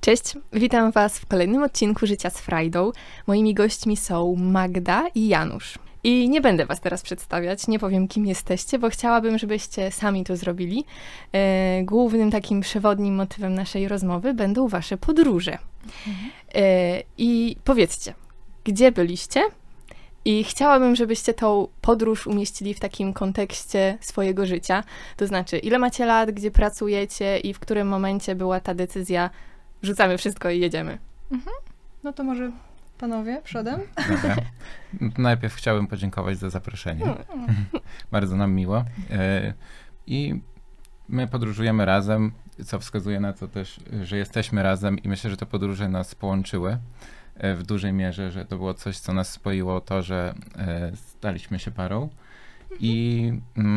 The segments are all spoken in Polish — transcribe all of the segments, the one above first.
Cześć, witam Was w kolejnym odcinku Życia z Frajdą. Moimi gośćmi są Magda i Janusz. I nie będę Was teraz przedstawiać, nie powiem kim jesteście, bo chciałabym, żebyście sami to zrobili. Głównym takim przewodnim motywem naszej rozmowy będą Wasze podróże. I powiedzcie, gdzie byliście? I chciałabym, żebyście tą podróż umieścili w takim kontekście swojego życia. To znaczy, ile macie lat, gdzie pracujecie i w którym momencie była ta decyzja, rzucamy wszystko i jedziemy. No to może panowie przodem? Dobra. Najpierw chciałbym podziękować za zaproszenie. Bardzo nam miło. I my podróżujemy razem, co wskazuje na to też, że jesteśmy razem i myślę, że te podróże nas połączyły w dużej mierze, że to było coś, co nas spoiło, to, że staliśmy się parą. I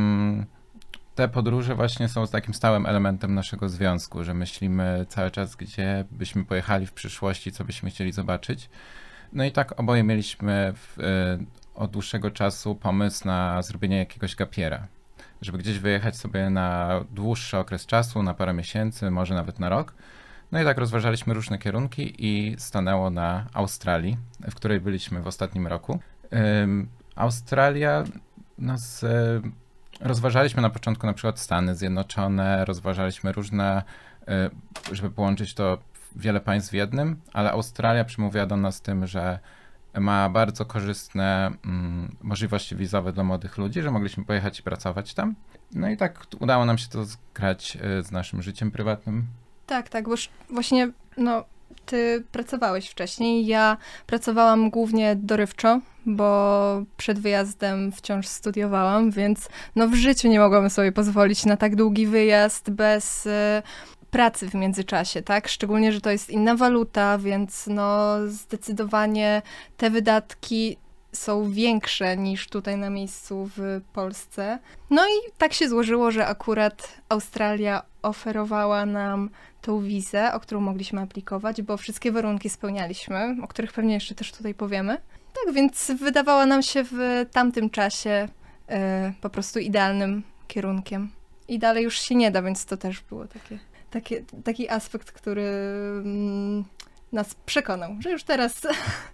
te podróże właśnie są takim stałym elementem naszego związku, że myślimy cały czas, gdzie byśmy pojechali w przyszłości, co byśmy chcieli zobaczyć. No i tak oboje mieliśmy od dłuższego czasu pomysł na zrobienie jakiegoś gapiera, żeby gdzieś wyjechać sobie na dłuższy okres czasu, na parę miesięcy, może nawet na rok. No i tak rozważaliśmy różne kierunki i stanęło na Australii, w której byliśmy w ostatnim roku. Australia nas... Rozważaliśmy na początku na przykład Stany Zjednoczone, rozważaliśmy różne, żeby połączyć to wiele państw w jednym, ale Australia przemówiła do nas tym, że ma bardzo korzystne możliwości wizowe dla młodych ludzi, że mogliśmy pojechać i pracować tam. No i tak udało nam się to zgrać z naszym życiem prywatnym. Tak, bo właśnie, ty pracowałeś wcześniej, ja pracowałam głównie dorywczo, bo przed wyjazdem wciąż studiowałam, więc w życiu nie mogłam sobie pozwolić na tak długi wyjazd bez pracy w międzyczasie, tak? Szczególnie, że to jest inna waluta, więc zdecydowanie te wydatki są większe niż tutaj na miejscu w Polsce. No i tak się złożyło, że akurat Australia oferowała nam tą wizę, o którą mogliśmy aplikować, bo wszystkie warunki spełnialiśmy, o których pewnie jeszcze też tutaj powiemy. Tak więc wydawała nam się w tamtym czasie po prostu idealnym kierunkiem. I dalej już się nie da, więc to też było taki aspekt, który nas przekonał, że już teraz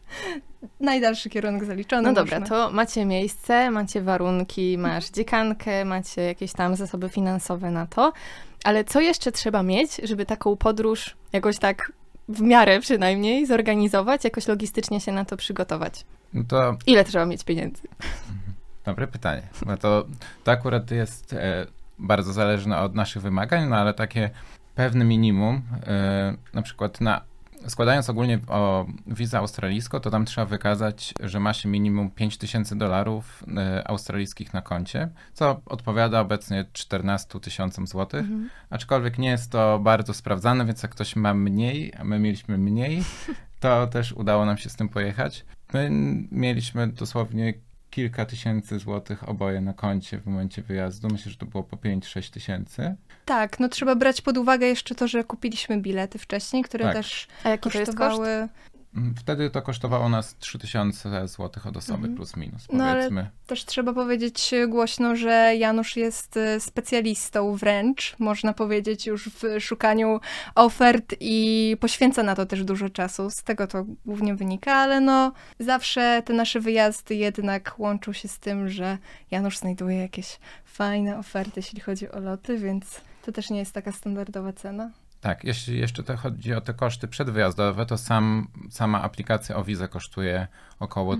najdalszy kierunek zaliczony. No dobra, to macie miejsce, macie warunki, masz dziekankę, macie jakieś tam zasoby finansowe na to, ale co jeszcze trzeba mieć, żeby taką podróż jakoś tak w miarę przynajmniej zorganizować, jakoś logistycznie się na to przygotować? No to... Ile trzeba mieć pieniędzy? Dobre pytanie. No to akurat jest bardzo zależne od naszych wymagań, ale takie pewne minimum, na przykład składając ogólnie o wizę australijską, to tam trzeba wykazać, że ma się minimum $5,000 australijskich na koncie, co odpowiada obecnie 14 000 złotych. Aczkolwiek nie jest to bardzo sprawdzane, więc jak ktoś ma mniej, a my mieliśmy mniej, to też udało nam się z tym pojechać. My mieliśmy dosłownie kilka tysięcy złotych oboje na koncie w momencie wyjazdu. Myślę, że to było po 5-6 tysięcy. Tak, trzeba brać pod uwagę jeszcze to, że kupiliśmy bilety wcześniej, które też kosztowały... Wtedy to kosztowało nas 3,000 złotych od osoby plus minus, powiedzmy. Ale też trzeba powiedzieć głośno, że Janusz jest specjalistą wręcz, można powiedzieć, już w szukaniu ofert i poświęca na to też dużo czasu. Z tego to głównie wynika, ale zawsze te nasze wyjazdy jednak łączą się z tym, że Janusz znajduje jakieś fajne oferty, jeśli chodzi o loty, więc to też nie jest taka standardowa cena. Tak, jeśli jeszcze to chodzi o te koszty przedwyjazdowe, to sama aplikacja o wizę kosztuje około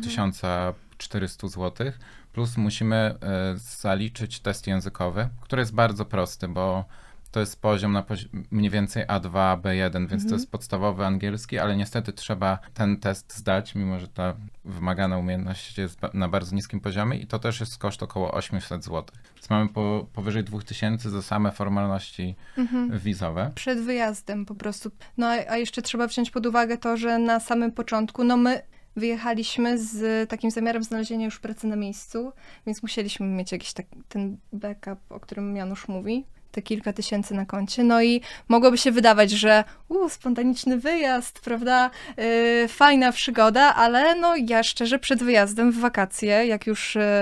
1400 zł, plus musimy zaliczyć test językowy, który jest bardzo prosty, bo to jest poziom na mniej więcej A2, B1, więc to jest podstawowy angielski, ale niestety trzeba ten test zdać, mimo że ta wymagana umiejętność jest na bardzo niskim poziomie i to też jest koszt około 800 zł. Więc mamy powyżej 2000 za same formalności wizowe. Przed wyjazdem po prostu. A jeszcze trzeba wziąć pod uwagę to, że na samym początku, my wyjechaliśmy z takim zamiarem znalezienia już pracy na miejscu, więc musieliśmy mieć jakiś ten backup, o którym Janusz mówi. Te kilka tysięcy na koncie. I mogłoby się wydawać, że spontaniczny wyjazd, prawda, fajna przygoda, ale ja szczerze przed wyjazdem w wakacje, jak już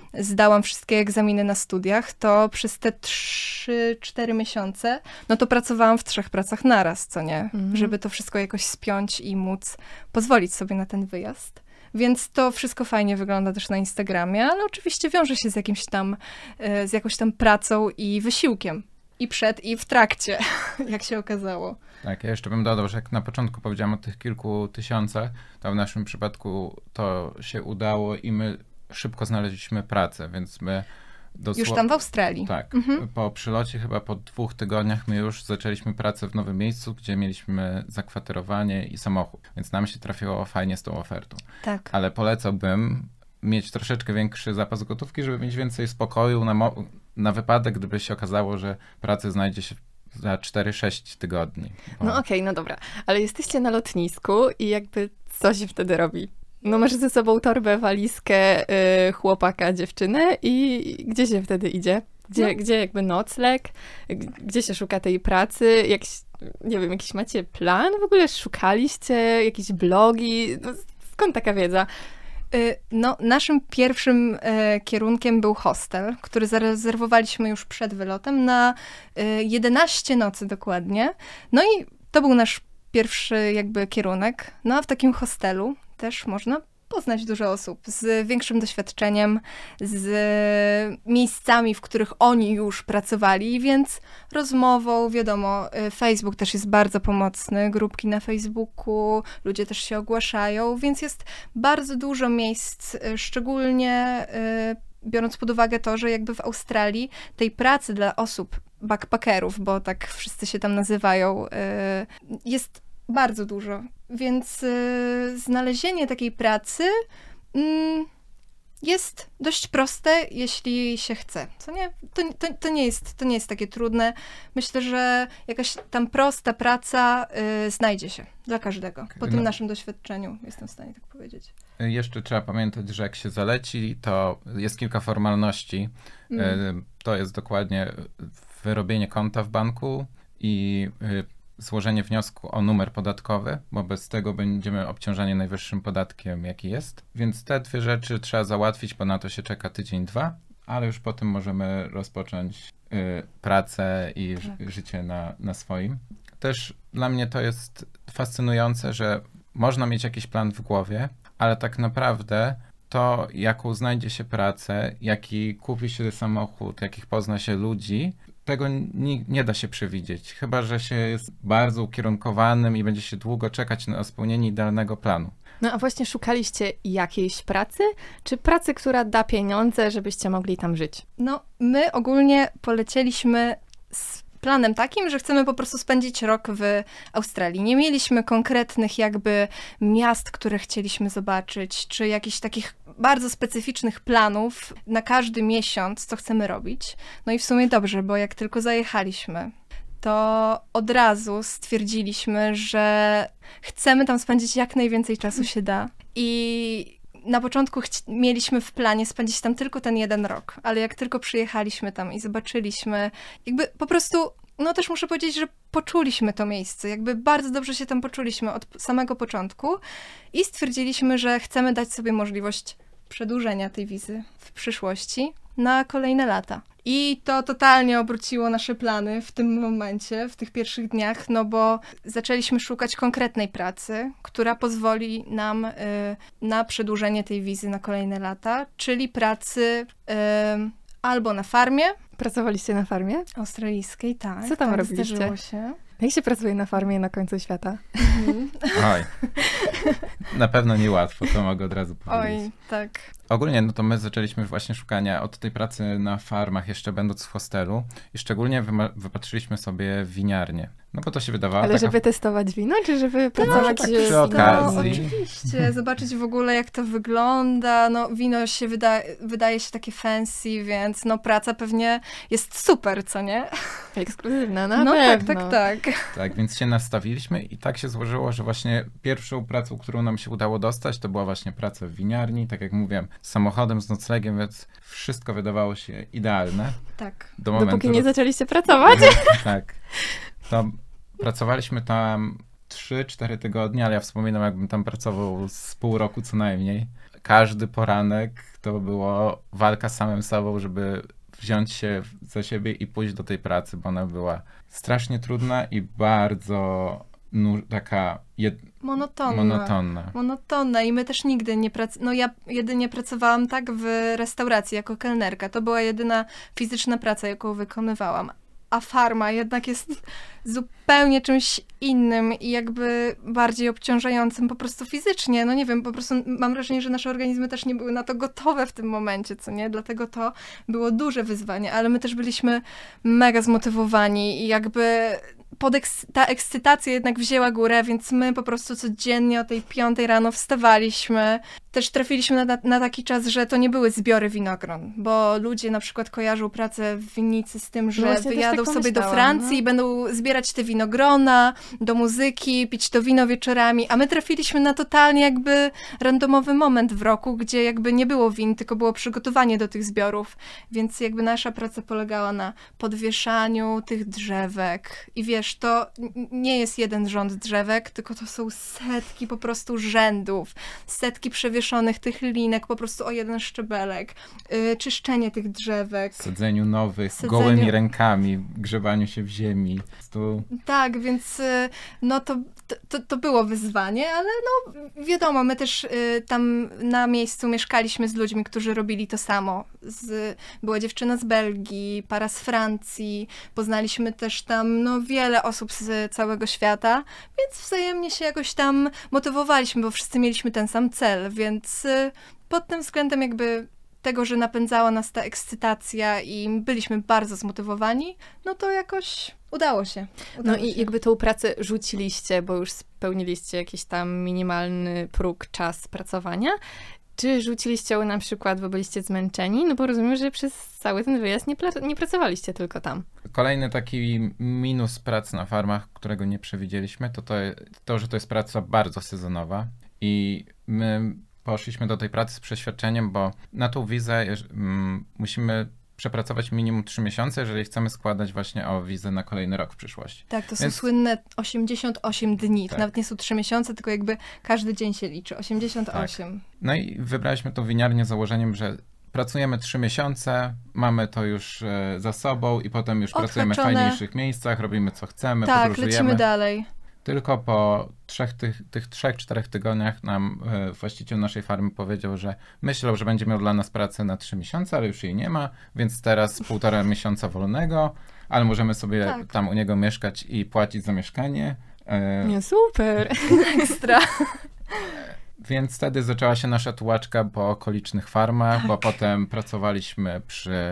zdałam wszystkie egzaminy na studiach, to przez te 3-4 miesiące, no to pracowałam w 3 pracach naraz, co nie? Żeby to wszystko jakoś spiąć i móc pozwolić sobie na ten wyjazd. Więc to wszystko fajnie wygląda też na Instagramie, ale oczywiście wiąże się z jakąś tam pracą i wysiłkiem. I przed, i w trakcie, jak się okazało. Tak, ja jeszcze bym dodał, że jak na początku powiedziałem o tych kilku tysiącach, to w naszym przypadku to się udało i my szybko znaleźliśmy pracę, więc my Już tam w Australii. Tak, po przylocie chyba po 2 tygodniach my już zaczęliśmy pracę w nowym miejscu, gdzie mieliśmy zakwaterowanie i samochód, więc nam się trafiło fajnie z tą ofertą. Tak. Ale polecałbym mieć troszeczkę większy zapas gotówki, żeby mieć więcej spokoju na wypadek, gdyby się okazało, że pracę znajdzie się za 4-6 tygodni. No okej, no dobra. Ale jesteście na lotnisku i jakby co się wtedy robi? No masz ze sobą torbę, walizkę, chłopaka, dziewczynę i gdzie się wtedy idzie? Gdzie jakby nocleg? Gdzie się szuka tej pracy? Nie wiem, jakiś macie plan? W ogóle szukaliście? Jakieś blogi? No, skąd taka wiedza? No, naszym pierwszym kierunkiem był hostel, który zarezerwowaliśmy już przed wylotem na 11 nocy dokładnie. No i to był nasz pierwszy jakby kierunek. No a w takim hostelu też można poznać dużo osób z większym doświadczeniem, z miejscami, w których oni już pracowali, więc rozmową, wiadomo, Facebook też jest bardzo pomocny, grupki na Facebooku, ludzie też się ogłaszają, więc jest bardzo dużo miejsc, szczególnie biorąc pod uwagę to, że jakby w Australii tej pracy dla osób backpackerów, bo tak wszyscy się tam nazywają, jest bardzo dużo, więc znalezienie takiej pracy jest dość proste, jeśli się chce, co nie? To nie jest takie trudne. Myślę, że jakaś tam prosta praca znajdzie się dla każdego. Po tym naszym doświadczeniu jestem w stanie tak powiedzieć. Jeszcze trzeba pamiętać, że jak się zaleci, to jest kilka formalności. To jest dokładnie wyrobienie konta w banku i złożenie wniosku o numer podatkowy, bo bez tego będziemy obciążani najwyższym podatkiem, jaki jest. Więc te 2 rzeczy trzeba załatwić, bo na to się czeka 1-2, ale już potem możemy rozpocząć pracę i życie na swoim. Też dla mnie to jest fascynujące, że można mieć jakiś plan w głowie, ale tak naprawdę to, jaką znajdzie się pracę, jaki kupi się samochód, jakich pozna się ludzi, tego nie da się przewidzieć, chyba że się jest bardzo ukierunkowanym i będzie się długo czekać na spełnienie idealnego planu. No a właśnie szukaliście jakiejś pracy, czy pracy, która da pieniądze, żebyście mogli tam żyć? No, my ogólnie polecieliśmy z planem takim, że chcemy po prostu spędzić rok w Australii. Nie mieliśmy konkretnych jakby miast, które chcieliśmy zobaczyć, czy jakichś takich bardzo specyficznych planów na każdy miesiąc, co chcemy robić. No i w sumie dobrze, bo jak tylko zajechaliśmy, to od razu stwierdziliśmy, że chcemy tam spędzić jak najwięcej czasu się da. I na początku mieliśmy w planie spędzić tam tylko ten 1 rok, ale jak tylko przyjechaliśmy tam i zobaczyliśmy, jakby po prostu, no też muszę powiedzieć, że poczuliśmy to miejsce, jakby bardzo dobrze się tam poczuliśmy od samego początku i stwierdziliśmy, że chcemy dać sobie możliwość przedłużenia tej wizy w przyszłości na kolejne lata. I to totalnie obróciło nasze plany w tym momencie, w tych pierwszych dniach, no bo zaczęliśmy szukać konkretnej pracy, która pozwoli nam na przedłużenie tej wizy na kolejne lata, czyli pracy albo na farmie. Pracowaliście na farmie? Australijskiej, tak. Co tam tak, robiliście? Zdarzyło się. Jak się pracuje na farmie na końcu świata? Oj, na pewno niełatwo, to mogę od razu powiedzieć. Oj, tak. Ogólnie, no to my zaczęliśmy właśnie szukania od tej pracy na farmach, jeszcze będąc w hostelu i szczególnie wypatrzyliśmy sobie winiarnię. No bo to się wydawało... Ale żeby testować wino, czy żeby pracować tak przy okazji? No, oczywiście, zobaczyć w ogóle jak to wygląda, no wino się wydaje się takie fancy, więc no praca pewnie jest super, co nie? Ekskluzywna, na no pewno. Tak. Tak, więc się nastawiliśmy i tak się złożyło, że właśnie pierwszą pracą, którą nam się udało dostać, to była właśnie praca w winiarni, tak jak mówiłem, z samochodem, z noclegiem, więc wszystko wydawało się idealne. Tak. Dopóki nie zaczęliście pracować. Tak. To pracowaliśmy tam 3-4 tygodnie, ale ja wspominam, jakbym tam pracował z pół roku co najmniej. Każdy poranek to było walka z samym sobą, żeby wziąć się za siebie i pójść do tej pracy, bo ona była strasznie trudna i bardzo taka Monotonna i my też nigdy nie no ja jedynie pracowałam tak w restauracji jako kelnerka. To była jedyna fizyczna praca, jaką wykonywałam. A farma jednak jest zupełnie czymś innym i jakby bardziej obciążającym po prostu fizycznie. No nie wiem, po prostu mam wrażenie, że nasze organizmy też nie były na to gotowe w tym momencie, co nie? Dlatego to było duże wyzwanie, ale my też byliśmy mega zmotywowani i jakby ta ekscytacja jednak wzięła górę, więc my po prostu codziennie o tej 5 rano wstawaliśmy. Też trafiliśmy na taki czas, że to nie były zbiory winogron, bo ludzie na przykład kojarzą pracę w winnicy z tym, że wyjadą sobie do Francji i będą zbierać te winogrona do muzyki, pić to wino wieczorami, a my trafiliśmy na totalnie jakby randomowy moment w roku, gdzie jakby nie było win, tylko było przygotowanie do tych zbiorów, więc jakby nasza praca polegała na podwieszaniu tych drzewek i wiesz, to nie jest jeden rząd drzewek, tylko to są setki po prostu rzędów, setki przewieszonych tych linek po prostu o jeden szczebelek, czyszczenie tych drzewek. Sadzeniu nowych, gołymi rękami, grzebaniu się w ziemi. Tak, więc no to było wyzwanie, ale no wiadomo, my też tam na miejscu mieszkaliśmy z ludźmi, którzy robili to samo. Była dziewczyna z Belgii, para z Francji, poznaliśmy też tam no wiele osób z całego świata, więc wzajemnie się jakoś tam motywowaliśmy, bo wszyscy mieliśmy ten sam cel, więc pod tym względem jakby tego, że napędzała nas ta ekscytacja i byliśmy bardzo zmotywowani, no to jakoś udało się. Jakby tą pracę rzuciliście, bo już spełniliście jakiś tam minimalny próg, czas pracowania. Czy rzuciliście ją na przykład, bo byliście zmęczeni? No bo rozumiem, że przez cały ten wyjazd nie pracowaliście tylko tam. Kolejny taki minus prac na farmach, którego nie przewidzieliśmy, to, że to jest praca bardzo sezonowa i my poszliśmy do tej pracy z przeświadczeniem, bo na tą wizę musimy przepracować minimum 3 miesiące, jeżeli chcemy składać właśnie o wizę na kolejny rok w przyszłości. Tak, to są słynne 88 dni. To nawet nie są 3 miesiące, tylko jakby każdy dzień się liczy. 88. Tak. No i wybraliśmy tą winiarnię z założeniem, że pracujemy 3 miesiące, mamy to już za sobą i potem już pracujemy w fajniejszych miejscach, robimy co chcemy, podróżujemy. Lecimy dalej. Tylko po 3-4 tygodniach nam właściciel naszej farmy powiedział, że myślał, że będzie miał dla nas pracę na 3 miesiące, ale już jej nie ma, więc teraz 1,5 miesiąca wolnego, ale możemy sobie tam u niego mieszkać i płacić za mieszkanie. Nie, super! Ekstra! Więc wtedy zaczęła się nasza tułaczka po okolicznych farmach, bo potem pracowaliśmy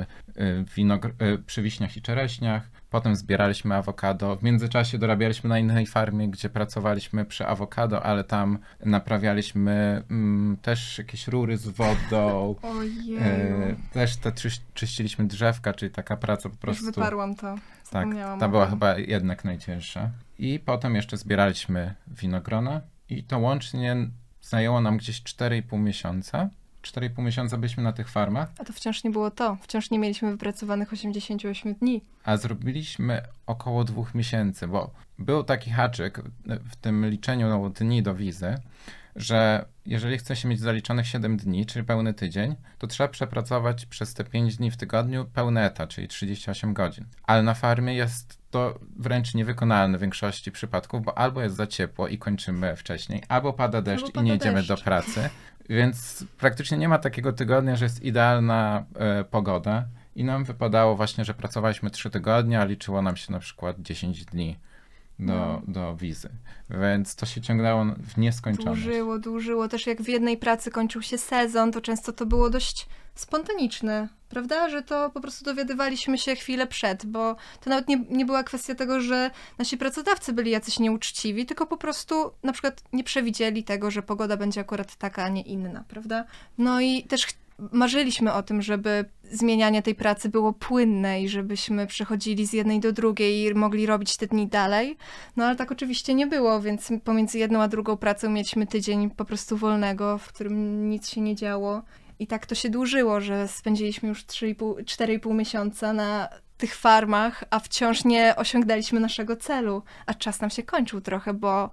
przy wiśniach i czereśniach. Potem zbieraliśmy awokado. W międzyczasie dorabialiśmy na innej farmie, gdzie pracowaliśmy przy awokado, ale tam naprawialiśmy też jakieś rury z wodą. Też czyściliśmy drzewka, czyli taka praca po prostu. Już wyparłam to. Tak, ta była chyba jednak najcięższa. I potem jeszcze zbieraliśmy winogrona i to łącznie zajęło nam gdzieś 4,5 miesiąca. 4,5 miesiąca byliśmy na tych farmach. A to wciąż nie było to. Wciąż nie mieliśmy wypracowanych 88 dni. A zrobiliśmy około 2 miesięcy, bo był taki haczyk w tym liczeniu dni do wizy, że jeżeli chce się mieć zaliczonych 7 dni, czyli pełny tydzień, to trzeba przepracować przez te 5 dni w tygodniu pełny etat, czyli 38 godzin. Ale na farmie jest to wręcz niewykonalne w większości przypadków, bo albo jest za ciepło i kończymy wcześniej, albo pada deszcz i nie idziemy do pracy. Więc praktycznie nie ma takiego tygodnia, że jest idealna pogoda i nam wypadało właśnie, że pracowaliśmy 3 tygodnie, a liczyło nam się na przykład 10 dni do wizy. Więc to się ciągnęło w nieskończoność. Dłużyło. Też jak w jednej pracy kończył się sezon, to często to było dość spontaniczne, prawda? Że to po prostu dowiadywaliśmy się chwilę przed, bo to nawet nie była kwestia tego, że nasi pracodawcy byli jacyś nieuczciwi, tylko po prostu na przykład nie przewidzieli tego, że pogoda będzie akurat taka, a nie inna, prawda? No i też marzyliśmy o tym, żeby zmienianie tej pracy było płynne i żebyśmy przechodzili z jednej do drugiej i mogli robić te dni dalej. No ale tak oczywiście nie było, więc pomiędzy jedną a drugą pracą mieliśmy tydzień po prostu wolnego, w którym nic się nie działo. I tak to się dłużyło, że spędziliśmy już 4,5 miesiąca na tych farmach, a wciąż nie osiągnęliśmy naszego celu, a czas nam się kończył trochę, bo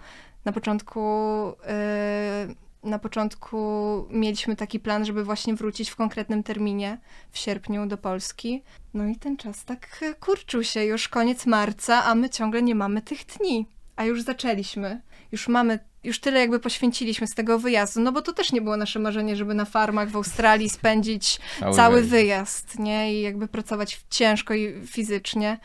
na początku mieliśmy taki plan, żeby właśnie wrócić w konkretnym terminie, w sierpniu do Polski. No i ten czas tak kurczył się, już koniec marca, a my ciągle nie mamy tych dni. A już zaczęliśmy. Już tyle jakby poświęciliśmy z tego wyjazdu, no bo to też nie było nasze marzenie, żeby na farmach w Australii spędzić cały wyjazd, nie? I jakby pracować ciężko i fizycznie.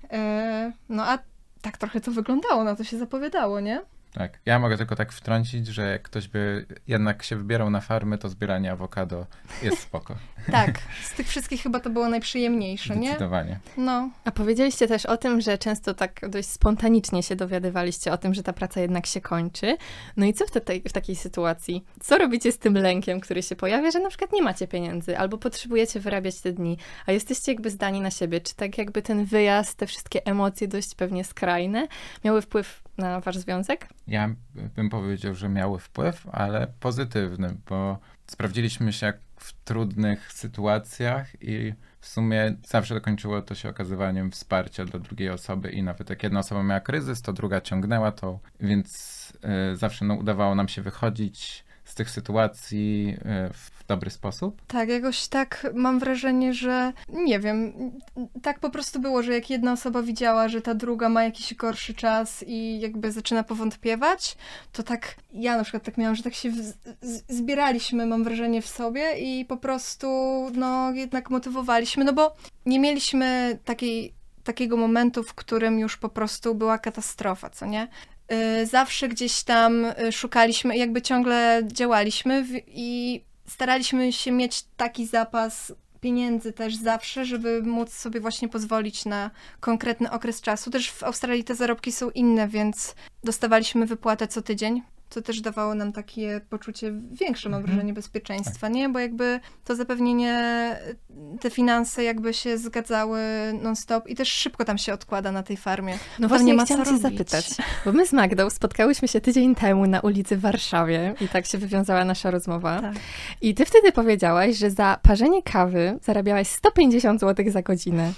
No a tak trochę to wyglądało, na to się zapowiadało, nie? Tak. Ja mogę tylko tak wtrącić, że jak ktoś by jednak się wybierał na farmy, to zbieranie awokado jest spoko. Tak. Z tych wszystkich chyba to było najprzyjemniejsze, nie? Zdecydowanie. No. A powiedzieliście też o tym, że często tak dość spontanicznie się dowiadywaliście o tym, że ta praca jednak się kończy. No i co w takiej sytuacji? Co robicie z tym lękiem, który się pojawia, że na przykład nie macie pieniędzy albo potrzebujecie wyrabiać te dni, a jesteście jakby zdani na siebie? Czy tak jakby ten wyjazd, te wszystkie emocje dość pewnie skrajne miały wpływ na wasz związek? Ja bym powiedział, że miały wpływ, ale pozytywny, bo sprawdziliśmy się w trudnych sytuacjach i w sumie zawsze kończyło to się okazywaniem wsparcia dla drugiej osoby i nawet jak jedna osoba miała kryzys, to druga ciągnęła to, więc zawsze udawało nam się wychodzić z tych sytuacji w dobry sposób. Tak, jakoś tak mam wrażenie, że nie wiem, tak po prostu było, że jak jedna osoba widziała, że ta druga ma jakiś gorszy czas i jakby zaczyna powątpiewać, to tak ja na przykład tak miałam, że tak się zbieraliśmy, mam wrażenie, w sobie i po prostu jednak motywowaliśmy, no bo nie mieliśmy takiego momentu, w którym już po prostu była katastrofa, co nie? Zawsze gdzieś tam szukaliśmy, jakby ciągle działaliśmy i staraliśmy się mieć taki zapas pieniędzy też zawsze, żeby móc sobie właśnie pozwolić na konkretny okres czasu. Też w Australii te zarobki są inne, więc dostawaliśmy wypłatę co tydzień, co też dawało nam takie poczucie większe, mam wrażenie, bezpieczeństwa, nie? Bo jakby to zapewnienie, te finanse jakby się zgadzały non-stop i też szybko tam się odkłada na tej farmie. No właśnie chciałam cię zapytać, bo my z Magdą spotkałyśmy się tydzień temu na ulicy w Warszawie i tak się wywiązała nasza rozmowa. Tak. I ty wtedy powiedziałaś, że za parzenie kawy zarabiałaś 150 zł za godzinę.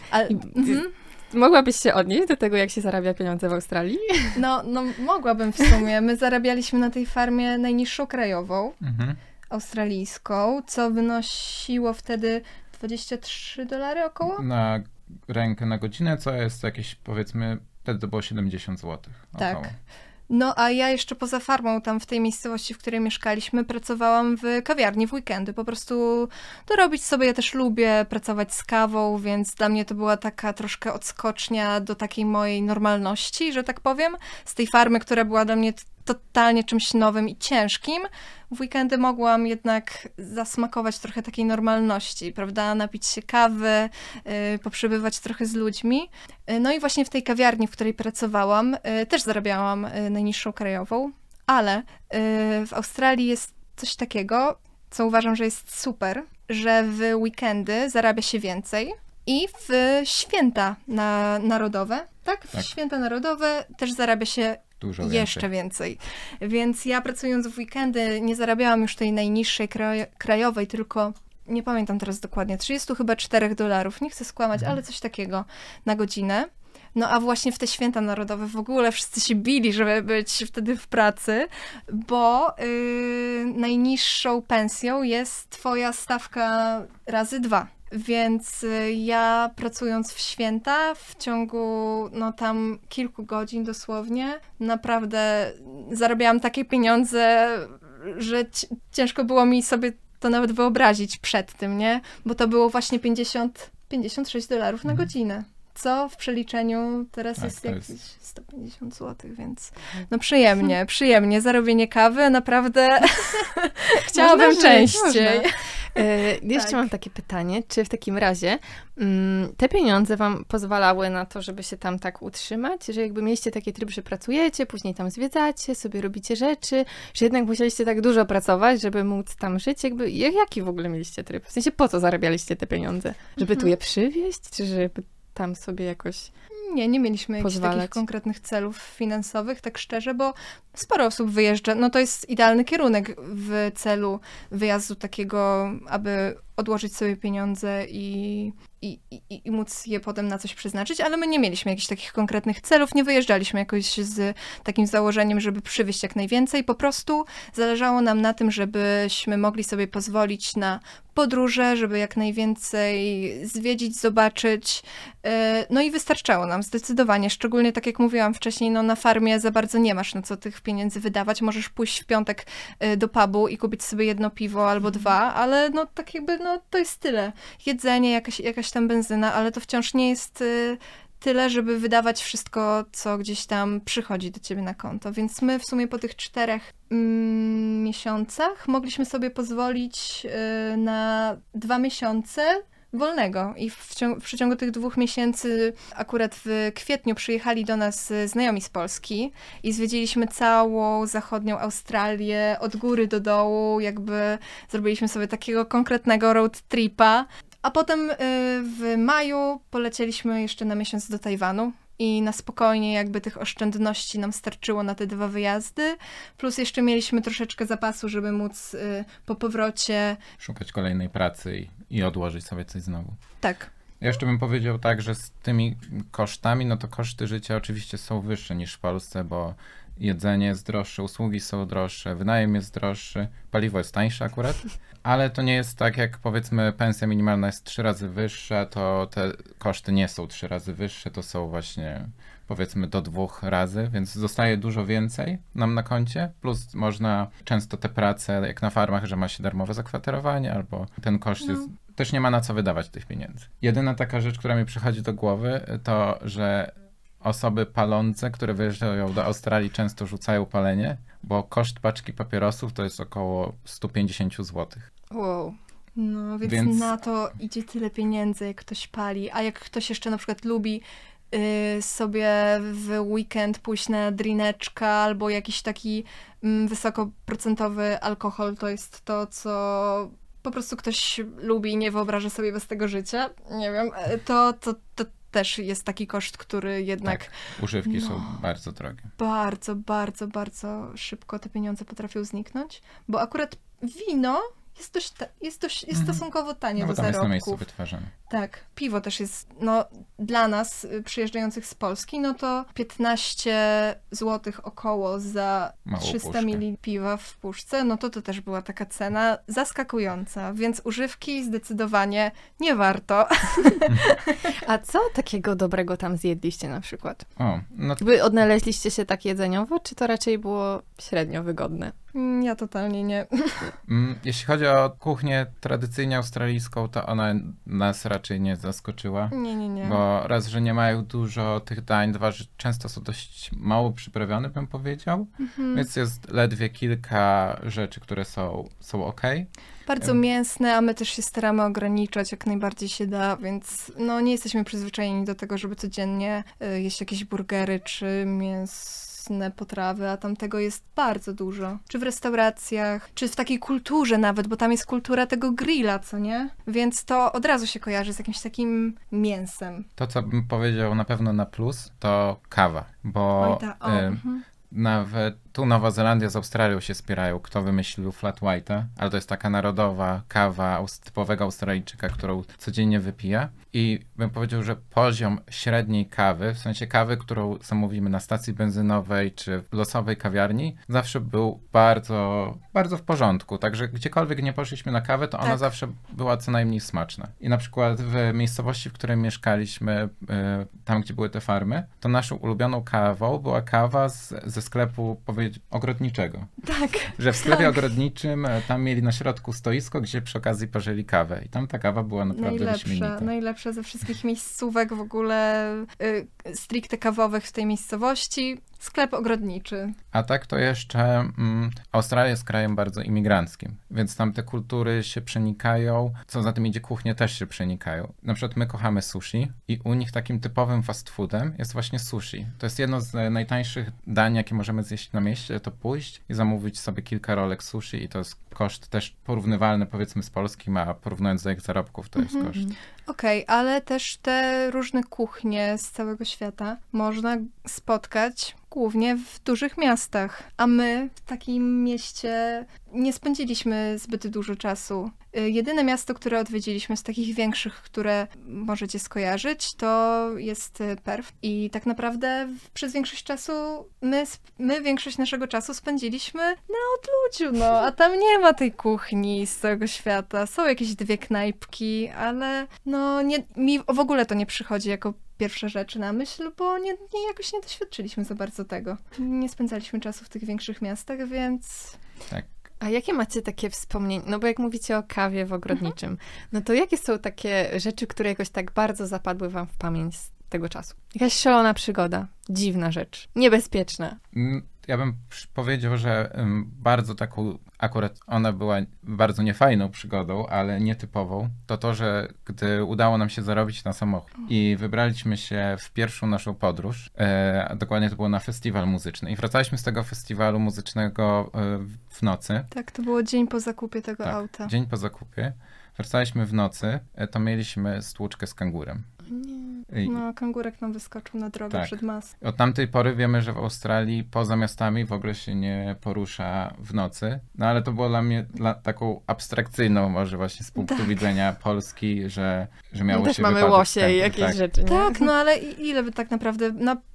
Mogłabyś się odnieść do tego, jak się zarabia pieniądze w Australii? No mogłabym w sumie. My zarabialiśmy na tej farmie najniższą krajową, australijską, co wynosiło wtedy $23 około? Na rękę na godzinę, co jest jakieś, powiedzmy, wtedy to było 70 zł. Tak. Około. No a ja jeszcze poza farmą, tam w tej miejscowości, w której mieszkaliśmy, pracowałam w kawiarni w weekendy. Po prostu dorobić sobie, ja też lubię pracować z kawą, więc dla mnie to była taka troszkę odskocznia do takiej mojej normalności, że tak powiem. Z tej farmy, która była dla mnie totalnie czymś nowym i ciężkim. W weekendy mogłam jednak zasmakować trochę takiej normalności, prawda? Napić się kawy, poprzebywać trochę z ludźmi. No i właśnie w tej kawiarni, w której pracowałam, też zarabiałam najniższą krajową, ale w Australii jest coś takiego, co uważam, że jest super, że w weekendy zarabia się więcej i w święta narodowe, tak? W święta narodowe też zarabia się jeszcze więcej. Więc ja pracując w weekendy nie zarabiałam już tej najniższej krajowej, tylko nie pamiętam teraz dokładnie, chyba $4, nie chcę skłamać, ale coś takiego na godzinę. No a właśnie w te święta narodowe w ogóle wszyscy się bili, żeby być wtedy w pracy, bo najniższą pensją jest twoja stawka razy 2. Więc ja pracując w święta w ciągu tam kilku godzin dosłownie, naprawdę zarabiałam takie pieniądze, że ciężko było mi sobie to nawet wyobrazić przed tym, nie? Bo to było właśnie $56 na godzinę. Co w przeliczeniu teraz jest jakieś 150 zł, więc przyjemnie. Zarobienie kawy naprawdę chciałabym częściej. Jeszcze mam takie pytanie, czy w takim razie te pieniądze wam pozwalały na to, żeby się tam tak utrzymać, że jakby mieliście taki tryb, że pracujecie, później tam zwiedzacie, sobie robicie rzeczy, że jednak musieliście tak dużo pracować, żeby móc tam żyć, jakby jaki w ogóle mieliście tryb? W sensie po co zarabialiście te pieniądze? Żeby tu je przywieźć, czy żeby tam sobie jakoś... Nie mieliśmy jakichś pozwalać? takich konkretnych celów finansowych, tak szczerze, bo sporo osób wyjeżdża. No to jest idealny kierunek w celu wyjazdu takiego, aby odłożyć sobie pieniądze i móc je potem na coś przeznaczyć, ale my nie mieliśmy jakichś takich konkretnych celów, nie wyjeżdżaliśmy jakoś z takim założeniem, żeby przywieźć jak najwięcej. Po prostu zależało nam na tym, żebyśmy mogli sobie pozwolić na podróże, żeby jak najwięcej zwiedzić, zobaczyć. No i wystarczało nam zdecydowanie. Szczególnie tak jak mówiłam wcześniej, no na farmie za bardzo nie masz na co tych pieniędzy wydawać. Możesz pójść w piątek do pubu i kupić sobie jedno piwo albo dwa, ale no tak jakby, no to jest tyle. Jedzenie, jakaś tam benzyna, ale to wciąż nie jest tyle, żeby wydawać wszystko, co gdzieś tam przychodzi do ciebie na konto. Więc my w sumie po tych 4 miesiącach mogliśmy sobie pozwolić na 2 miesiące wolnego. I w przeciągu tych 2 miesięcy, akurat w kwietniu, przyjechali do nas znajomi z Polski i zwiedziliśmy całą zachodnią Australię, od góry do dołu, jakby zrobiliśmy sobie takiego konkretnego road tripa. A potem w maju polecieliśmy jeszcze na miesiąc do Tajwanu i na spokojnie jakby tych oszczędności nam starczyło na te 2 wyjazdy, plus jeszcze mieliśmy troszeczkę zapasu, żeby móc po powrocie Szukać kolejnej pracy i odłożyć sobie coś znowu. Tak. Ja jeszcze bym powiedział tak, że z tymi kosztami, no to koszty życia oczywiście są wyższe niż w Polsce, bo jedzenie jest droższe, usługi są droższe, wynajem jest droższy, paliwo jest tańsze akurat, ale to nie jest tak, jak powiedzmy pensja minimalna jest 3 razy wyższa, to te koszty nie są 3 razy wyższe, to są właśnie powiedzmy do 2 razy, więc zostaje dużo więcej nam na koncie, plus można często te prace, jak na farmach, że ma się darmowe zakwaterowanie, albo ten koszt jest, też nie ma na co wydawać tych pieniędzy. Jedyna taka rzecz, która mi przychodzi do głowy, to, że osoby palące, które wyjeżdżają do Australii, często rzucają palenie, bo koszt paczki papierosów to jest około 150 zł. Wow. No, więc na to idzie tyle pieniędzy, jak ktoś pali, a jak ktoś jeszcze na przykład lubi sobie w weekend pójść na drineczka albo jakiś taki wysokoprocentowy alkohol, to jest to, co po prostu ktoś lubi i nie wyobraża sobie bez tego życia, nie wiem, to też jest taki koszt, który jednak... Tak, używki są bardzo drogie. Bardzo, bardzo, bardzo szybko te pieniądze potrafią zniknąć, bo akurat wino jest stosunkowo tanie No do bo tam jest na miejscu zarobków. wytwarzane. Tak, piwo też jest, no dla nas przyjeżdżających z Polski, no to 15 zł około za Małą 300 puszkę. ml piwa w puszce, no to też była taka cena zaskakująca, więc używki zdecydowanie nie warto. A co takiego dobrego tam zjedliście na przykład? O, no Wy odnaleźliście się tak jedzeniowo, czy to raczej było średnio wygodne? Ja totalnie nie. jeśli chodzi o kuchnię tradycyjnie australijską, to ona nas raczej nie zaskoczyła. Nie. Bo raz, że nie mają dużo tych dań, 2, że często są dość mało przyprawione, bym powiedział. Więc jest ledwie kilka rzeczy, które są okej. Bardzo mięsne, a my też się staramy ograniczać jak najbardziej się da, więc no nie jesteśmy przyzwyczajeni do tego, żeby codziennie jeść jakieś burgery czy mięsne potrawy, a tam tego jest bardzo dużo. Czy w restauracjach, czy w takiej kulturze nawet, bo tam jest kultura tego grilla, co nie? Więc to od razu się kojarzy z jakimś takim mięsem. To, co bym powiedział na pewno na plus, to kawa. Bo nawet tu Nowa Zelandia z Australią się spierają, kto wymyślił flat white'a, ale to jest taka narodowa kawa typowego Australijczyka, którą codziennie wypija. I bym powiedział, że poziom średniej kawy, w sensie kawy, którą zamówimy na stacji benzynowej czy w losowej kawiarni, zawsze był bardzo, bardzo w porządku. Także gdziekolwiek nie poszliśmy na kawę, to ona zawsze była co najmniej smaczna. I na przykład w miejscowości, w której mieszkaliśmy, tam gdzie były te farmy, to naszą ulubioną kawą była kawa ze sklepu ogrodniczego. Tak. Że w sklepie ogrodniczym tam mieli na środku stoisko, gdzie przy okazji parzyli kawę. I tam ta kawa była naprawdę wyśmienita. Najlepsza ze wszystkich miejscówek w ogóle stricte kawowych w tej miejscowości. Sklep ogrodniczy. A tak to jeszcze Australia jest krajem bardzo imigranckim, więc tam te kultury się przenikają, co za tym idzie, kuchnie też się przenikają. Na przykład my kochamy sushi i u nich takim typowym fast foodem jest właśnie sushi. To jest jedno z najtańszych dań, jakie możemy zjeść na mieście, to pójść i zamówić sobie kilka rolek sushi i to jest koszt też porównywalny powiedzmy z polskim, a porównując do ich zarobków to jest koszt. Okej, ale też te różne kuchnie z całego świata można spotkać głównie w dużych miastach, a my w takim mieście nie spędziliśmy zbyt dużo czasu. Jedyne miasto, które odwiedziliśmy z takich większych, które możecie skojarzyć, to jest Perth. I tak naprawdę przez większość czasu my większość naszego czasu spędziliśmy na odludziu, no. A tam nie ma tej kuchni z całego świata. Są jakieś 2 knajpki, ale no mi w ogóle to nie przychodzi jako pierwsze rzeczy na myśl, bo jakoś nie doświadczyliśmy za bardzo tego. Nie spędzaliśmy czasu w tych większych miastach, więc... Tak. A jakie macie takie wspomnienia? No bo jak mówicie o kawie w ogrodniczym, no to jakie są takie rzeczy, które jakoś tak bardzo zapadły wam w pamięć z tego czasu? Jakaś szalona przygoda, dziwna rzecz, niebezpieczna. Ja bym powiedział, że bardzo taką, akurat ona była bardzo niefajną przygodą, ale nietypową, to, że gdy udało nam się zarobić na samochód i wybraliśmy się w pierwszą naszą podróż, a dokładnie to było na festiwal muzyczny i wracaliśmy z tego festiwalu muzycznego w nocy. Tak, to było dzień po zakupie tego auta. Dzień po zakupie. Wracaliśmy w nocy, to mieliśmy stłuczkę z kangurem. No, kangurek nam wyskoczył na drogę przed masą. Od tamtej pory wiemy, że w Australii poza miastami w ogóle się nie porusza w nocy. No ale to było dla mnie taką abstrakcyjną może właśnie z punktu widzenia Polski, że miało też się mamy łosie i jakieś rzeczy, nie? Tak, no ale ile by tak naprawdę...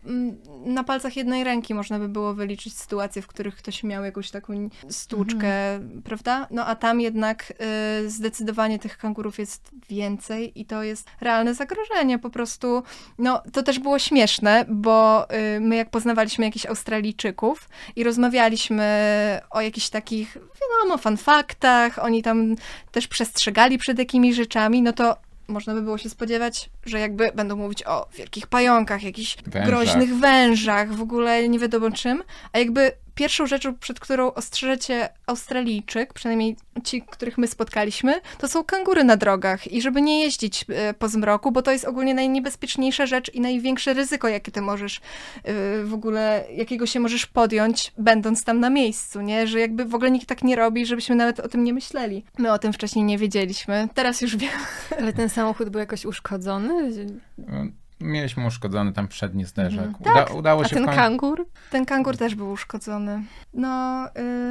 Na palcach jednej ręki można by było wyliczyć sytuacje, w których ktoś miał jakąś taką stłuczkę, prawda? No a tam jednak zdecydowanie tych kangurów jest więcej i to jest realne zagrożenie. Po prostu, no to też było śmieszne, bo my jak poznawaliśmy jakichś Australijczyków i rozmawialiśmy o jakichś takich, wiadomo, fanfaktach, oni tam też przestrzegali przed jakimiś rzeczami, no to można by było się spodziewać, że jakby będą mówić o wielkich pająkach, jakichś groźnych wężach, w ogóle nie wiadomo czym, a jakby pierwszą rzeczą, przed którą ostrzeżecie Australijczyk, przynajmniej ci, których my spotkaliśmy, to są kangury na drogach i żeby nie jeździć po zmroku, bo to jest ogólnie najniebezpieczniejsza rzecz i największe ryzyko, jakie ty możesz w ogóle, jakiego się możesz podjąć, będąc tam na miejscu, nie? Że jakby w ogóle nikt tak nie robi, żebyśmy nawet o tym nie myśleli. My o tym wcześniej nie wiedzieliśmy, teraz już wiemy. Ale ten samochód był jakoś uszkodzony? Mieliśmy uszkodzony tam przedni zderzak. Tak. Udało się ten kangur? Ten kangur też był uszkodzony. No...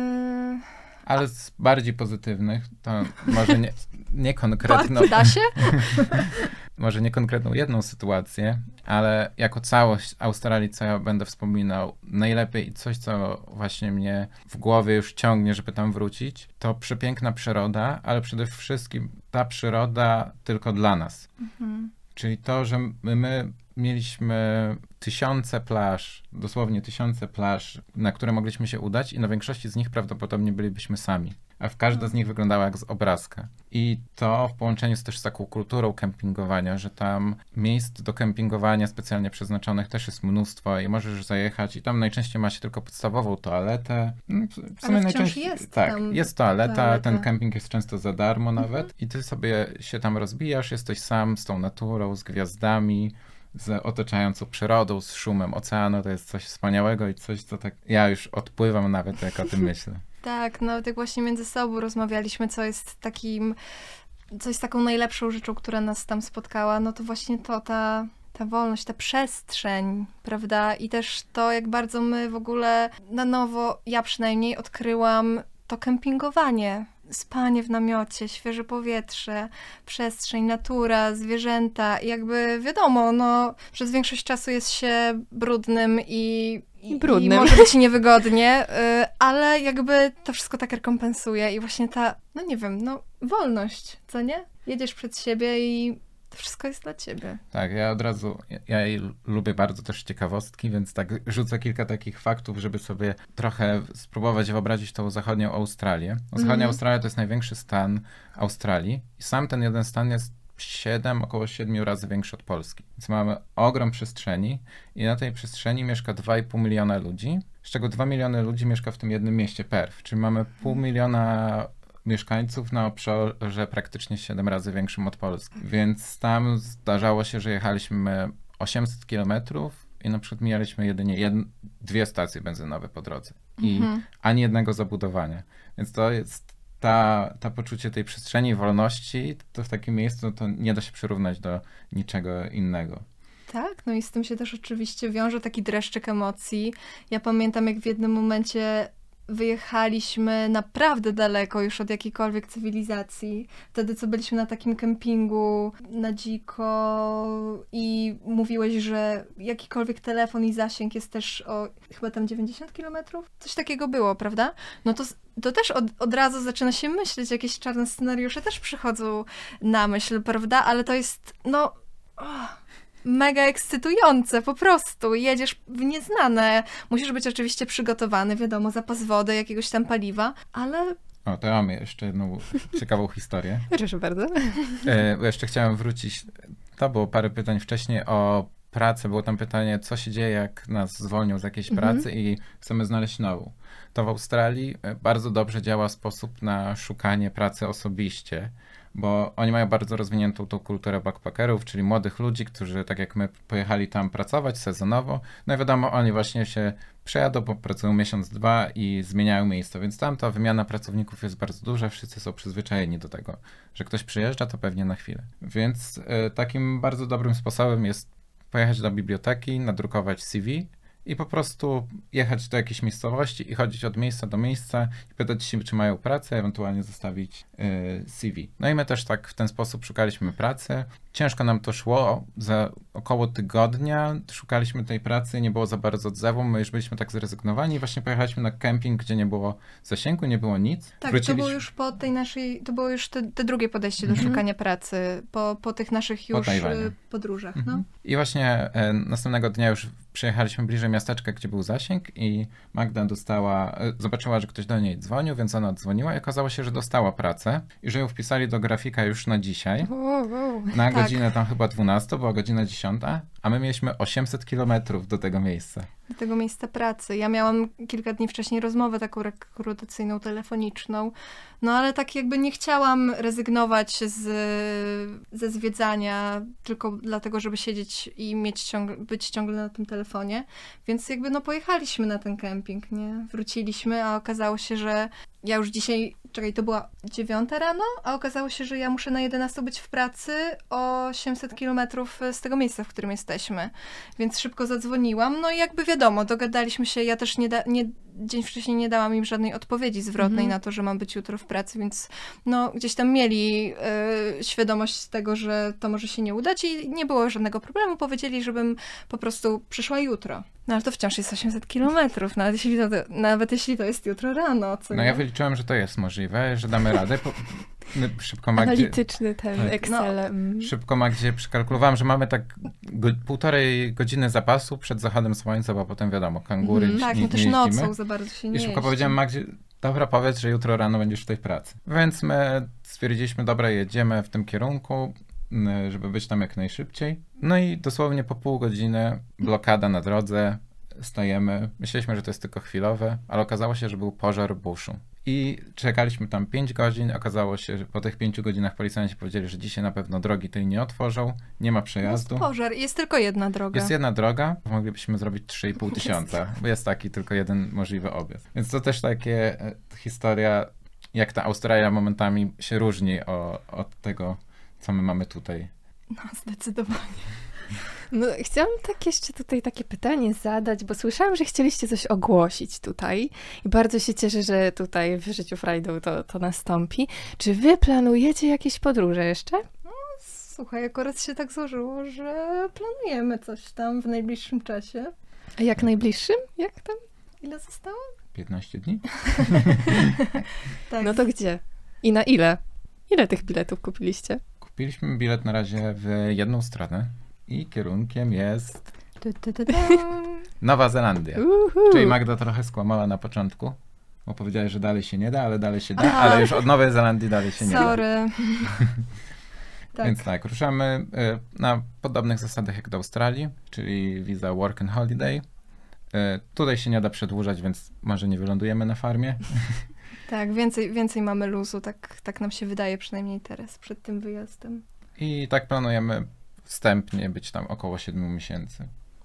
Ale z bardziej pozytywnych, to może nie konkretną... Da się? Może nie konkretną jedną sytuację, ale jako całość Australii, co ja będę wspominał najlepiej i coś, co właśnie mnie w głowie już ciągnie, żeby tam wrócić, to przepiękna przyroda, ale przede wszystkim ta przyroda tylko dla nas. Czyli to, że my mieliśmy tysiące plaż, dosłownie tysiące plaż, na które mogliśmy się udać i na większości z nich prawdopodobnie bylibyśmy sami. A każda z nich wyglądała jak z obrazka. I to w połączeniu z też taką kulturą kempingowania, że tam miejsc do kempingowania specjalnie przeznaczonych też jest mnóstwo i możesz zajechać i tam najczęściej ma się tylko podstawową toaletę. W sumie najczęściej jest jest toaleta, ten kemping jest często za darmo nawet i ty sobie się tam rozbijasz, jesteś sam z tą naturą, z gwiazdami, z otaczającą przyrodą, z szumem oceanu. To jest coś wspaniałego i coś, co tak ja już odpływam nawet, jak o tym myślę. Tak, no tak właśnie między sobą rozmawialiśmy, co jest taką najlepszą rzeczą, która nas tam spotkała, no to właśnie to, ta wolność, ta przestrzeń, prawda? I też to, jak bardzo my w ogóle na nowo, ja przynajmniej odkryłam to kempingowanie. Spanie w namiocie, świeże powietrze, przestrzeń, natura, zwierzęta. I jakby wiadomo, no przez większość czasu jest się brudnym i może być niewygodnie, ale jakby to wszystko tak rekompensuje i właśnie ta, no nie wiem, no wolność, co nie? Jedziesz przed siebie i to wszystko jest dla ciebie. Tak, ja od razu, ja lubię bardzo też ciekawostki, więc tak rzucę kilka takich faktów, żeby sobie trochę spróbować wyobrazić tą zachodnią Australię. Zachodnia Australia to jest największy stan Australii i sam ten jeden stan jest około 7 razy większy od Polski. Więc mamy ogrom przestrzeni i na tej przestrzeni mieszka 2,5 miliona ludzi, z czego 2 miliony ludzi mieszka w tym jednym mieście Perth, czyli mamy 0,5 miliona mieszkańców na obszarze praktycznie 7 razy większym od Polski. Więc tam zdarzało się, że jechaliśmy 800 kilometrów i na przykład mijaliśmy jedynie 2 stacje benzynowe po drodze i ani jednego zabudowania. Więc to jest ta poczucie tej przestrzeni, wolności, to w takim miejscu to nie da się przyrównać do niczego innego. Tak, no i z tym się też oczywiście wiąże taki dreszczyk emocji. Ja pamiętam, jak w jednym momencie wyjechaliśmy naprawdę daleko już od jakiejkolwiek cywilizacji. Wtedy, co byliśmy na takim kempingu na dziko i mówiłeś, że jakikolwiek telefon i zasięg jest też o chyba tam 90 kilometrów? Coś takiego było, prawda? No to też od razu zaczyna się myśleć, jakieś czarne scenariusze też przychodzą na myśl, prawda? Ale to jest, mega ekscytujące, po prostu. Jedziesz w nieznane. Musisz być oczywiście przygotowany, wiadomo, zapas wody, jakiegoś tam paliwa, ale... O, to ja mam jeszcze jedną ciekawą historię. Proszę bardzo. Bo jeszcze chciałem wrócić, to było parę pytań wcześniej o pracę. Było tam pytanie, co się dzieje, jak nas zwolnią z jakiejś pracy i chcemy znaleźć nową. To w Australii bardzo dobrze działa sposób na szukanie pracy osobiście, bo oni mają bardzo rozwiniętą tą kulturę backpackerów, czyli młodych ludzi, którzy tak jak my pojechali tam pracować sezonowo. No i wiadomo, oni właśnie się przejadą, popracują miesiąc, 2 i zmieniają miejsce, więc tam ta wymiana pracowników jest bardzo duża, wszyscy są przyzwyczajeni do tego, że ktoś przyjeżdża, to pewnie na chwilę. Więc takim bardzo dobrym sposobem jest pojechać do biblioteki, nadrukować CV i po prostu jechać do jakiejś miejscowości i chodzić od miejsca do miejsca i pytać się, czy mają pracę, ewentualnie zostawić CV. No i my też tak w ten sposób szukaliśmy pracy. Ciężko nam to szło, za około tygodnia szukaliśmy tej pracy, nie było za bardzo odzewu, my już byliśmy tak zrezygnowani i właśnie pojechaliśmy na kemping, gdzie nie było zasięgu, nie było nic. Tak, to było już po tej naszej, to było już te drugie podejście do szukania pracy, po tych naszych już podróżach. No. I właśnie następnego dnia już przyjechaliśmy bliżej miasteczka, gdzie był zasięg i Magda zobaczyła, że ktoś do niej dzwonił, więc ona dzwoniła i okazało się, że dostała pracę i że ją wpisali do grafika już na dzisiaj. Na godzinę tam chyba 12, była godzina 10, a my mieliśmy 800 kilometrów do tego miejsca. Do tego miejsca pracy. Ja miałam kilka dni wcześniej rozmowę taką rekrutacyjną, telefoniczną, no ale tak jakby nie chciałam rezygnować ze zwiedzania tylko dlatego, żeby siedzieć i być ciągle na tym telefonie, więc jakby pojechaliśmy na ten kemping, nie? Wróciliśmy, a okazało się, że ja już dzisiaj, to była 9 rano, a okazało się, że ja muszę na 11 być w pracy o 800 kilometrów z tego miejsca, w którym jesteśmy. Więc szybko zadzwoniłam, no i jakby wiadomo, dogadaliśmy się, ja też dzień wcześniej nie dałam im żadnej odpowiedzi zwrotnej na to, że mam być jutro w pracy, więc gdzieś tam mieli świadomość tego, że to może się nie udać i nie było żadnego problemu. Powiedzieli, żebym po prostu przyszła jutro. No ale to wciąż jest 800 kilometrów, nawet jeśli to jest jutro rano. No ja wyliczyłem, że to jest możliwe, że damy radę. Szybko analityczny ten Excel. Szybko Magdzie przykalkulowałam, że mamy tak 1,5 godziny zapasu przed zachodem słońca, bo potem wiadomo, kangury tak, nie też jeździmy. nocą za bardzo się nie I szybko jeździ. powiedziałem Magdzie, dobra, powiedz, że jutro rano będziesz w tej pracy. Więc my stwierdziliśmy, dobra, jedziemy w tym kierunku, żeby być tam jak najszybciej. No i dosłownie po pół godziny blokada na drodze, stajemy. Myśleliśmy, że to jest tylko chwilowe, ale okazało się, że był pożar buszu. I czekaliśmy tam 5 godzin. Okazało się, że po tych 5 godzinach policjanci powiedzieli, że dzisiaj na pewno drogi tej nie otworzą, nie ma przejazdu. Jest pożar, jest tylko jedna droga. Jest jedna droga, moglibyśmy zrobić 3,5 tysiąca, bo jest taki tylko jeden możliwy objazd. Więc to też takie historia, jak ta Australia momentami się różni od tego, co my mamy tutaj. No, zdecydowanie. No, chciałam jeszcze tutaj takie pytanie zadać, bo słyszałam, że chcieliście coś ogłosić tutaj i bardzo się cieszę, że tutaj w życiu Frajdą to nastąpi. Czy wy planujecie jakieś podróże jeszcze? No, słuchaj, akurat się tak złożyło, że planujemy coś tam w najbliższym czasie. A jak najbliższym? Jak tam? Ile zostało? 15 dni? Tak. No to gdzie? I na ile? Ile tych biletów kupiliście? Kupiliśmy bilet na razie w jedną stronę. I kierunkiem jest Nowa Zelandia. Czyli Magda trochę skłamała na początku, bo powiedziała, że dalej się nie da, ale dalej się da, ale już od Nowej Zelandii dalej się nie da. Sorry. Tak. Więc tak, ruszamy na podobnych zasadach jak do Australii, czyli wiza Work and Holiday. Tutaj się nie da przedłużać, więc może nie wylądujemy na farmie. Tak, więcej mamy luzu, tak nam się wydaje przynajmniej teraz, przed tym wyjazdem. I tak planujemy wstępnie być tam około 7 miesięcy.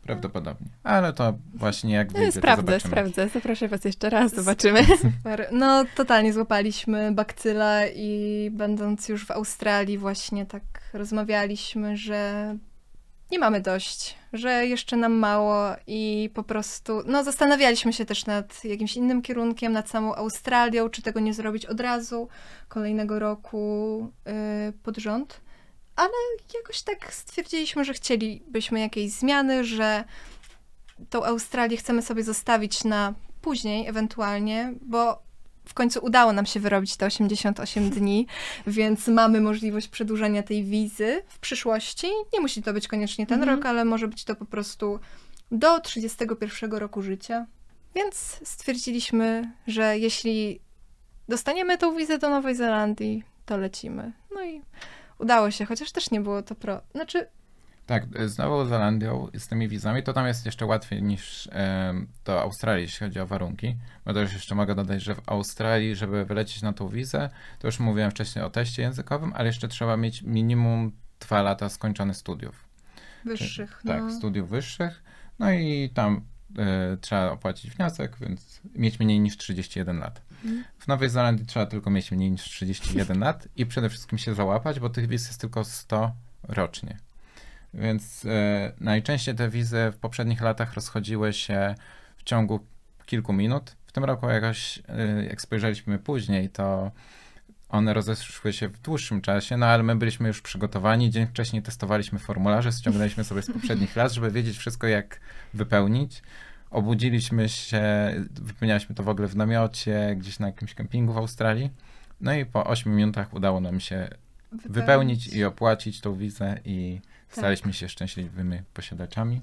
Prawdopodobnie. Ale to właśnie jak wyjdzie, to zobaczymy. Sprawdzę. Zaproszę was jeszcze raz, zobaczymy. Super. No totalnie złapaliśmy bakcyla i będąc już w Australii właśnie tak rozmawialiśmy, że nie mamy dość, że jeszcze nam mało i po prostu, no zastanawialiśmy się też nad jakimś innym kierunkiem, nad samą Australią, czy tego nie zrobić od razu, kolejnego roku pod rząd. Ale jakoś tak stwierdziliśmy, że chcielibyśmy jakiejś zmiany, że tą Australię chcemy sobie zostawić na później ewentualnie, bo w końcu udało nam się wyrobić te 88 dni, więc mamy możliwość przedłużenia tej wizy w przyszłości. Nie musi to być koniecznie ten rok, ale może być to po prostu do 31 roku życia. Więc stwierdziliśmy, że jeśli dostaniemy tą wizę do Nowej Zelandii, to lecimy. No i udało się, chociaż też nie było to Tak, z Nową Zelandią z tymi wizami to tam jest jeszcze łatwiej niż do Australii, jeśli chodzi o warunki. Bo też jeszcze mogę dodać, że w Australii, żeby wylecieć na tą wizę, to już mówiłem wcześniej o teście językowym, ale jeszcze trzeba mieć minimum 2 lata skończonych studiów. wyższych. Tak, studiów wyższych. No i tam trzeba opłacić wniosek, więc mieć mniej niż 31 lat. W Nowej Zelandii trzeba tylko mieć mniej niż 31 lat i przede wszystkim się załapać, bo tych wiz jest tylko 100 rocznie. Więc najczęściej te wizy w poprzednich latach rozchodziły się w ciągu kilku minut. W tym roku jakoś, jak spojrzeliśmy później, to one rozeszły się w dłuższym czasie, no ale my byliśmy już przygotowani. Dzień wcześniej testowaliśmy formularze, ściągnęliśmy sobie z poprzednich lat, żeby wiedzieć wszystko, jak wypełnić. Obudziliśmy się, wypełnialiśmy to w ogóle w namiocie, gdzieś na jakimś kempingu w Australii. No i po 8 minutach udało nam się wypełnić i opłacić tą wizę i staliśmy się szczęśliwymi posiadaczami.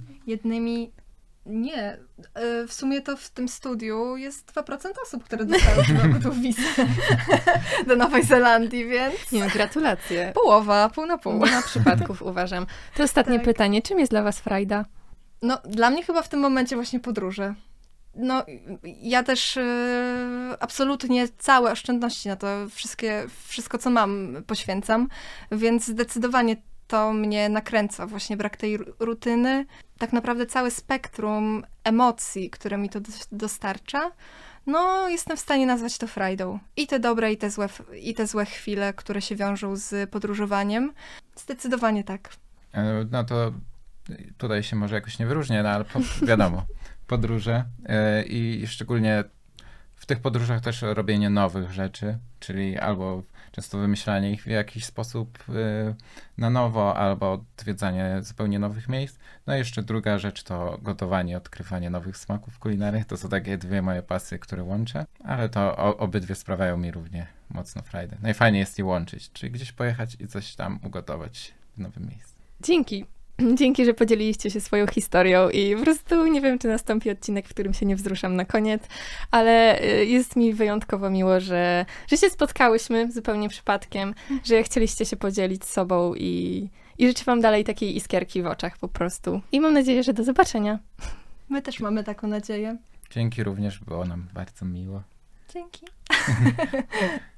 W sumie to w tym studiu jest 2% osób, które dostały tą wizę do Nowej Zelandii, więc... Nie, gratulacje. Połowa, pół na pół. Na przypadków uważam. To ostatnie pytanie. Czym jest dla was frajda? No, dla mnie chyba w tym momencie właśnie podróże. No, ja też absolutnie całe oszczędności na to, wszystko co mam poświęcam, więc zdecydowanie to mnie nakręca, właśnie brak tej rutyny. Tak naprawdę całe spektrum emocji, które mi to dostarcza, no jestem w stanie nazwać to frajdą. I te dobre, i te złe chwile, które się wiążą z podróżowaniem. Zdecydowanie tak. No to tutaj się może jakoś nie wyróżnię, no ale wiadomo, podróże i szczególnie w tych podróżach też robienie nowych rzeczy, czyli albo często wymyślanie ich w jakiś sposób na nowo, albo odwiedzanie zupełnie nowych miejsc. No i jeszcze druga rzecz to gotowanie, odkrywanie nowych smaków kulinarnych. To są takie dwie moje pasje, które łączę, ale to obydwie sprawiają mi równie mocno frajdę. Najfajniej jest je łączyć, czyli gdzieś pojechać i coś tam ugotować w nowym miejscu. Dzięki, że podzieliliście się swoją historią i po prostu nie wiem, czy nastąpi odcinek, w którym się nie wzruszam na koniec, ale jest mi wyjątkowo miło, że się spotkałyśmy zupełnie przypadkiem, że chcieliście się podzielić sobą i życzę wam dalej takiej iskierki w oczach po prostu. I mam nadzieję, że do zobaczenia. My też mamy taką nadzieję. Dzięki również, było nam bardzo miło. Dzięki.